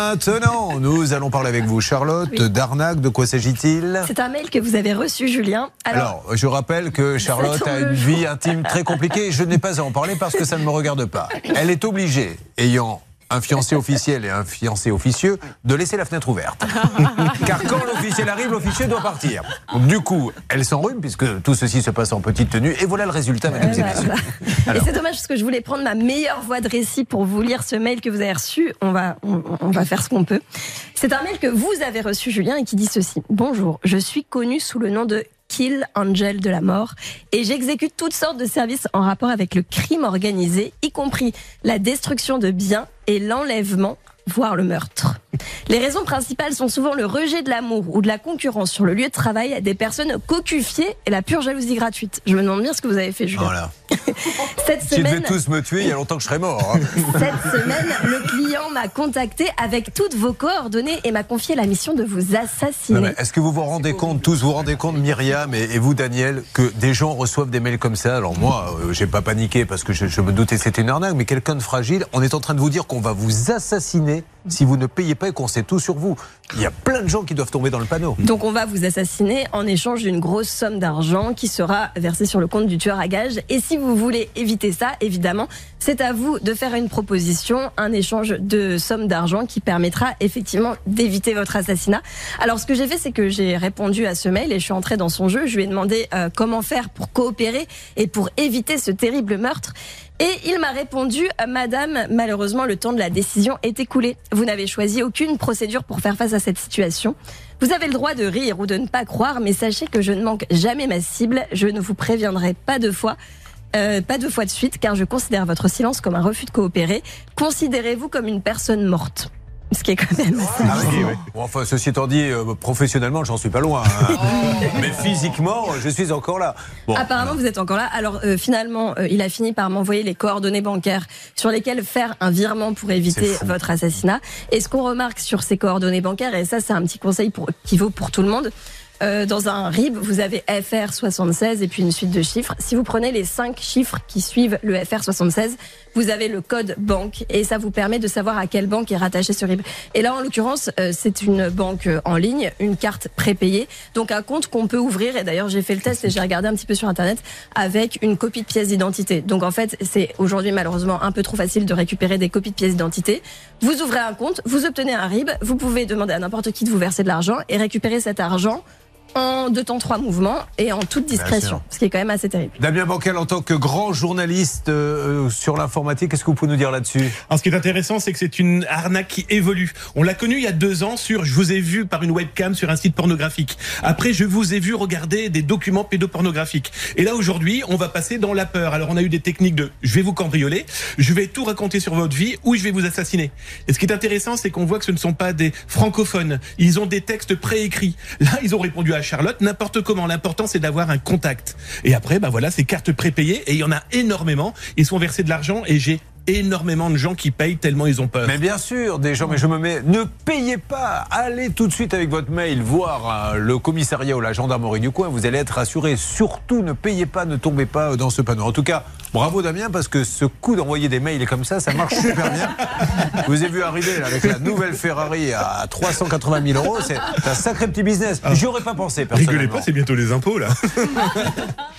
Maintenant, nous allons parler avec vous, Charlotte, d'arnaque. De quoi s'agit-il? C'est un mail que vous avez reçu, Julien. Alors, je rappelle que Charlotte a une vie intime très compliquée. Je n'ai pas à en parler parce que ça ne me regarde pas. Elle est obligée, ayant un fiancé officiel et un fiancé officieux, de laisser la fenêtre ouverte. Car quand l'officiel arrive, l'officieux doit partir. Donc, du coup, elle s'enrhume puisque tout ceci se passe en petite tenue. Et voilà le résultat, mesdames et messieurs. Et c'est dommage parce que je voulais prendre ma meilleure voix de récit pour vous lire ce mail que vous avez reçu. On va faire ce qu'on peut. C'est un mail que vous avez reçu, Julien, et qui dit ceci. Bonjour, je suis connu sous le nom de Kill Angel de la mort et j'exécute toutes sortes de services en rapport avec le crime organisé, y compris la destruction de biens et l'enlèvement, voire le meurtre. Les raisons principales sont souvent le rejet de l'amour ou de la concurrence sur le lieu de travail des personnes cocufiées et la pure jalousie gratuite. Je me demande bien ce que vous avez fait, Julien. Voilà. Cette Si semaine, devaient tous me tuer, il y a longtemps que je serais mort. Hein. Cette semaine, le client m'a contacté avec toutes vos coordonnées et m'a confié la mission de vous assassiner. Est-ce que vous vous rendez compte, tous vous rendez compte, Myriam et vous, Daniel, que des gens reçoivent des mails comme ça? Alors moi, j'ai pas paniqué parce que je me doutais que c'était une arnaque, mais quelqu'un de fragile, on est en train de vous dire qu'on va vous assassiner si vous ne payez pas et qu'on sait tout sur vous. Il y a plein de gens qui doivent tomber dans le panneau. Donc on va vous assassiner en échange d'une grosse somme d'argent qui sera versée sur le compte du tueur à gages. Et si vous voulez éviter ça, évidemment, c'est à vous de faire une proposition, un échange de somme d'argent qui permettra effectivement d'éviter votre assassinat. Alors ce que j'ai fait, c'est que j'ai répondu à ce mail et je suis entrée dans son jeu. Je lui ai demandé comment faire pour coopérer et pour éviter ce terrible meurtre. Et il m'a répondu, Madame, malheureusement, le temps de la décision est écoulé. Vous n'avez choisi aucune procédure pour faire face à cette situation. Vous avez le droit de rire ou de ne pas croire, mais sachez que je ne manque jamais ma cible. Je ne vous préviendrai pas deux fois de suite, car je considère votre silence comme un refus de coopérer. Considérez-vous comme une personne morte. Ce qui est quand même assez Bon, enfin, ceci étant dit, professionnellement, j'en suis pas loin. Hein. Mais physiquement, je suis encore là. Bon. Apparemment, vous êtes encore là. Alors, finalement, il a fini par m'envoyer les coordonnées bancaires sur lesquelles faire un virement pour éviter votre assassinat. Et ce qu'on remarque sur ces coordonnées bancaires, et ça, c'est un petit conseil qui vaut pour tout le monde, dans un RIB, vous avez FR76 et puis une suite de chiffres. Si vous prenez les 5 chiffres qui suivent le FR76, vous avez le code banque et ça vous permet de savoir à quelle banque est rattaché ce RIB. Et là, en l'occurrence, c'est une banque en ligne, une carte prépayée, donc un compte qu'on peut ouvrir. Et d'ailleurs, j'ai fait le test et j'ai regardé un petit peu sur Internet avec une copie de pièce d'identité. Donc en fait, c'est aujourd'hui malheureusement un peu trop facile de récupérer des copies de pièces d'identité. Vous ouvrez un compte, vous obtenez un RIB, vous pouvez demander à n'importe qui de vous verser de l'argent et récupérer cet argent en 2 temps 3 mouvements et en toute discrétion, ce qui est quand même assez terrible. Damien Bancal, en tant que grand journaliste sur l'informatique, qu'est-ce que vous pouvez nous dire là-dessus? Alors, ce qui est intéressant, c'est que c'est une arnaque qui évolue. On l'a connue il y a 2 ans sur « je vous ai vu par une webcam sur un site pornographique ». Après, je vous ai vu regarder des documents pédopornographiques. Et là, aujourd'hui, on va passer dans la peur. Alors, on a eu des techniques de « je vais vous cambrioler, je vais tout raconter sur votre vie ou je vais vous assassiner ». Et ce qui est intéressant, c'est qu'on voit que ce ne sont pas des francophones. Ils ont des textes préécrits. Là, ils ont répondu à Charlotte n'importe comment. L'important, c'est d'avoir un contact. Et après, voilà, ces cartes prépayées, et il y en a énormément. Ils sont versés de l'argent et j'ai énormément de gens qui payent tellement ils ont peur. Mais bien sûr, des gens, mais je me mets... Ne payez pas. Allez tout de suite avec votre mail voir le commissariat ou la gendarmerie du coin. Vous allez être rassurés. Surtout, ne payez pas, ne tombez pas dans ce panneau. En tout cas, bravo Damien, parce que ce coup d'envoyer des mails comme ça marche super bien. Je vous ai vu arriver là, avec la nouvelle Ferrari à 380 000 €. C'est un sacré petit business. J'y aurais pas pensé, personnellement. Rigolez pas, c'est bientôt les impôts, là.